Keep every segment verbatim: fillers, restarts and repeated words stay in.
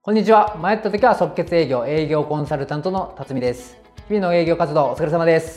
こんにちは。迷った時は即決営業、営業コンサルタントの辰巳です。日々の営業活動お疲れ様です。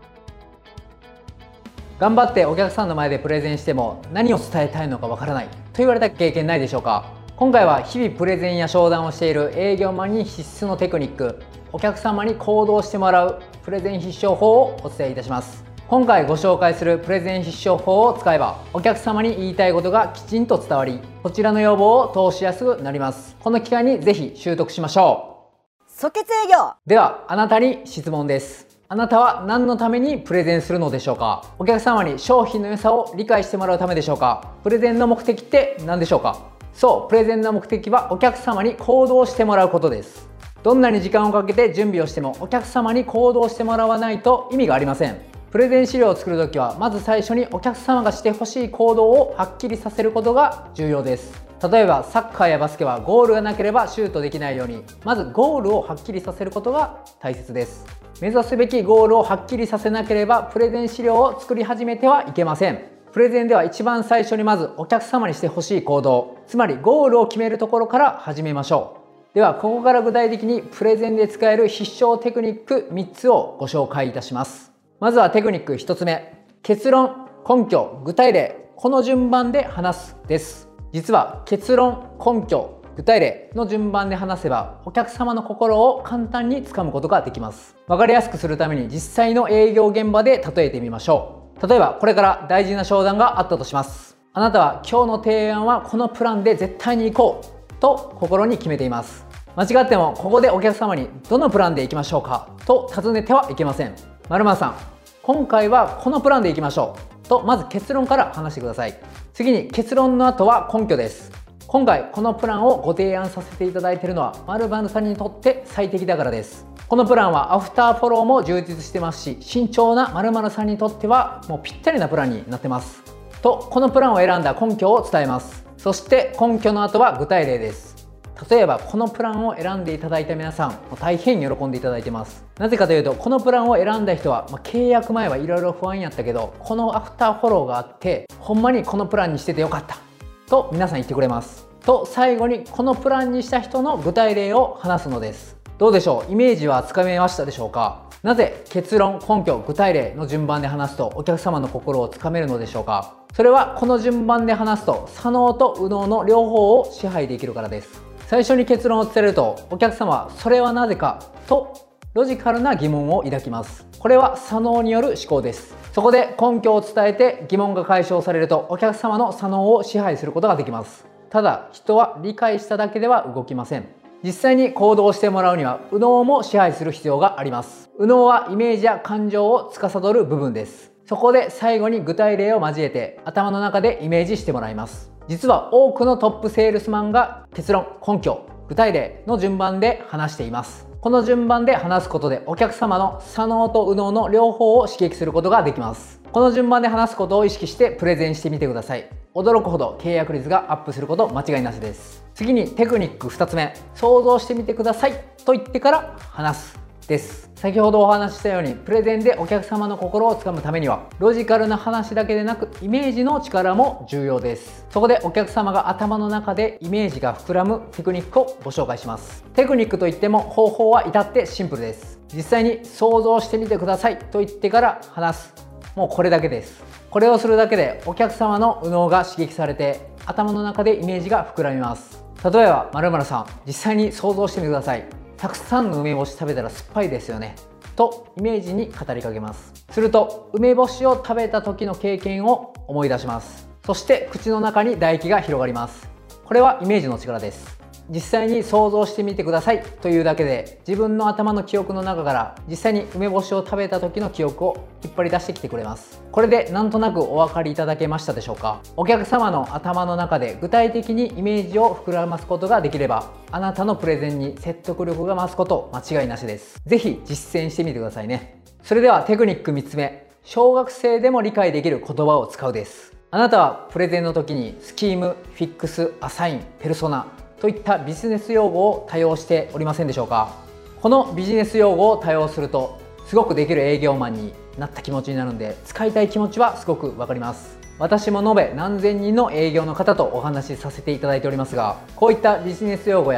頑張ってお客さんの前でプレゼンしても何を伝えたいのかわからないと言われた経験ないでしょうか。今回は日々プレゼンや商談をしている営業マンに必須のテクニック、お客様に行動してもらうプレゼン必勝法をお伝えいたします。今回ご紹介するプレゼン必勝法を使えばお客様に言いたいことがきちんと伝わり、こちらの要望を通しやすくなります。この機会にぜひ習得しましょう。即決営業ではあなたに質問です。あなたは何のためにプレゼンするのでしょうか。お客様に商品の良さを理解してもらうためでしょうか。プレゼンの目的って何でしょうか。そう、プレゼンの目的はお客様に行動してもらうことです。どんなに時間をかけて準備をしてもお客様に行動してもらわないと意味がありません。プレゼン資料を作るときはまず最初にお客様がしてほしい行動をはっきりさせることが重要です。例えばサッカーやバスケはゴールがなければシュートできないように、まずゴールをはっきりさせることが大切です。目指すべきゴールをはっきりさせなければプレゼン資料を作り始めてはいけません。プレゼンでは一番最初にまずお客様にしてほしい行動、つまりゴールを決めるところから始めましょう。ではここから具体的にプレゼンで使える必勝テクニックみっつをご紹介いたします。まずはテクニックひとつめ、結論、根拠、具体例、この順番で話すです。実は結論、根拠、具体例の順番で話せばお客様の心を簡単につかむことができます。わかりやすくするために実際の営業現場で例えてみましょう。例えばこれから大事な商談があったとします。あなたは今日の提案はこのプランで絶対に行こうと心に決めています。間違ってもここでお客様にどのプランで行きましょうかと尋ねてはいけません。〇〇さん、今回はこのプランでいきましょうとまず結論から話してください。次に結論の後は根拠です。今回このプランをご提案させていただいているのは〇〇さんにとって最適だからです。このプランはアフターフォローも充実してますし、慎重な〇〇さんにとってはもうぴったりなプランになってますと、このプランを選んだ根拠を伝えます。そして根拠の後は具体例です。例えばこのプランを選んでいただいた皆さん、大変喜んでいただいてます。なぜかというとこのプランを選んだ人は、まあ、契約前はいろいろ不安やったけどこのアフターフォローがあってほんまにこのプランにしててよかったと皆さん言ってくれます。と最後にこのプランにした人の具体例を話すのです。どうでしょう、イメージはつかめましたでしょうか。なぜ結論、根拠、具体例の順番で話すとお客様の心をつかめるのでしょうか。それはこの順番で話すと左脳と右脳の両方を支配できるからです。最初に結論を伝えるとお客様はそれはなぜかとロジカルな疑問を抱きます。これは左脳による思考です。そこで根拠を伝えて疑問が解消されるとお客様の左脳を支配することができます。ただ人は理解しただけでは動きません。実際に行動してもらうには右脳も支配する必要があります。右脳はイメージや感情を司る部分です。そこで最後に具体例を交えて頭の中でイメージしてもらいます。実は多くのトップセールスマンが結論、根拠、具体例の順番で話しています。この順番で話すことでお客様の左脳と右脳の両方を刺激することができます。この順番で話すことを意識してプレゼンしてみてください。驚くほど契約率がアップすること間違いなしです。次にテクニックふたつめ、想像してみてくださいと言ってから話すです。先ほどお話ししたようにプレゼンでお客様の心をつかむためにはロジカルな話だけでなくイメージの力も重要です。そこでお客様が頭の中でイメージが膨らむテクニックをご紹介します。テクニックといっても方法は至ってシンプルです。実際に想像してみてくださいと言ってから話す、もうこれだけです。これをするだけでお客様の右脳が刺激されて頭の中でイメージが膨らみます。例えば〇〇さん、実際に想像してみてください。たくさんの梅干し食べたら酸っぱいですよねとイメージに語りかけます。すると梅干しを食べた時の経験を思い出します。そして口の中に唾液が広がります。これはイメージの力です。実際に想像してみてくださいというだけで自分の頭の記憶の中から実際に梅干しを食べた時の記憶を引っ張り出してきてくれます。これでなんとなくお分かりいただけましたでしょうか。お客様の頭の中で具体的にイメージを膨らますことができればあなたのプレゼンに説得力が増すこと間違いなしです。ぜひ実践してみてくださいね。それではテクニックみっつめ、小学生でも理解できる言葉を使うです。あなたはプレゼンの時にスキーム、フィックス、アサイン、ペルソナといったビジネス用語を多用しておりませんでしょうか。このビジネス用語を多用するとすごくできる営業マンになった気持ちになるので使いたい気持ちはすごくわかります。私も延べ何千人の営業の方とお話しさせていただいておりますが、こういったビジネス用語や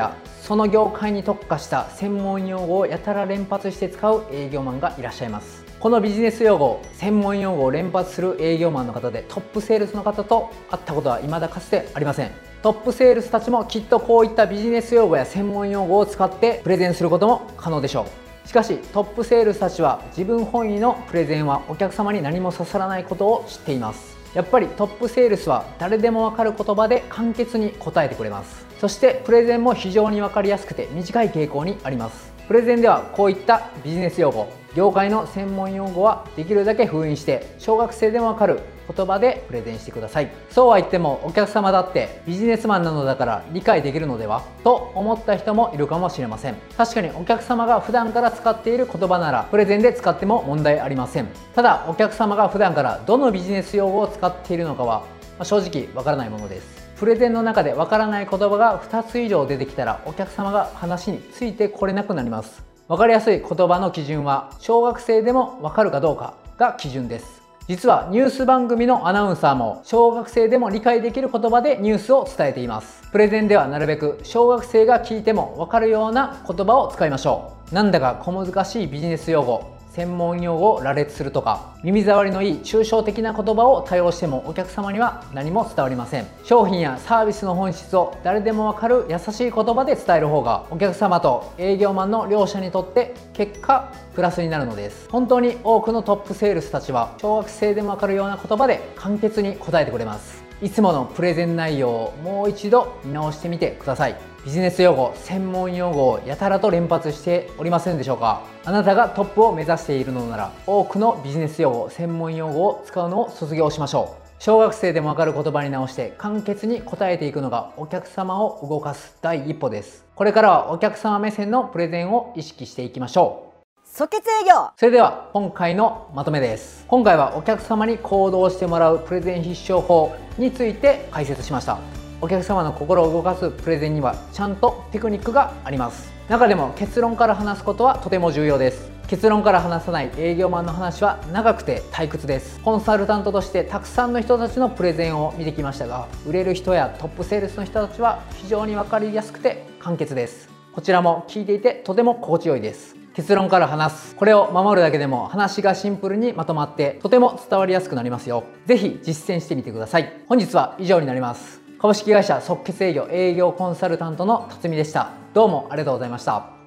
その業界に特化した専門用語をやたら連発して使う営業マンがいらっしゃいます。このビジネス用語、専門用語を連発する営業マンの方でトップセールスの方と会ったことは未だかつてありません。トップセールスたちもきっとこういったビジネス用語や専門用語を使ってプレゼンすることも可能でしょう。しかしトップセールスたちは自分本位のプレゼンはお客様に何も刺さらないことを知っています。やっぱりトップセールスは誰でもわかる言葉で簡潔に答えてくれます。そしてプレゼンも非常にわかりやすくて短い傾向にあります。プレゼンではこういったビジネス用語、業界の専門用語はできるだけ封印して小学生でもわかる言葉でプレゼンしてください。そうは言ってもお客様だってビジネスマンなのだから理解できるのではと思った人もいるかもしれません。確かにお客様が普段から使っている言葉ならプレゼンで使っても問題ありません。ただお客様が普段からどのビジネス用語を使っているのかは正直わからないものです。プレゼンの中でわからない言葉がふたつ以上出てきたらお客様が話についてこれなくなります。わかりやすい言葉の基準は小学生でもわかるかどうかが基準です。実はニュース番組のアナウンサーも小学生でも理解できる言葉でニュースを伝えています。プレゼンではなるべく小学生が聞いてもわかるような言葉を使いましょう。なんだか小難しいビジネス用語、専門用語を羅列するとか耳障りのいい抽象的な言葉を多用してもお客様には何も伝わりません。商品やサービスの本質を誰でもわかる優しい言葉で伝える方がお客様と営業マンの両者にとって結果プラスになるのです。本当に多くのトップセールスたちは小学生でもわかるような言葉で簡潔に答えてくれます。いつものプレゼン内容をもう一度見直してみてください。ビジネス用語、専門用語をやたらと連発しておりませんでしょうか。あなたがトップを目指しているのなら多くのビジネス用語、専門用語を使うのを卒業しましょう。小学生でもわかる言葉に直して簡潔に答えていくのがお客様を動かす第一歩です。これからはお客様目線のプレゼンを意識していきましょう。 即決営業。 それでは今回のまとめです。今回はお客様に行動してもらうプレゼン必勝法について解説しました。お客様の心を動かすプレゼンにはちゃんとテクニックがあります。中でも結論から話すことはとても重要です。結論から話さない営業マンの話は長くて退屈です。コンサルタントとしてたくさんの人たちのプレゼンを見てきましたが、売れる人やトップセールスの人たちは非常に分かりやすくて簡潔です。こちらも聞いていてとても心地よいです。結論から話す、これを守るだけでも話がシンプルにまとまってとても伝わりやすくなりますよ。ぜひ実践してみてください。本日は以上になります。株式会社即決営業営業コンサルタントの辰巳でした。どうもありがとうございました。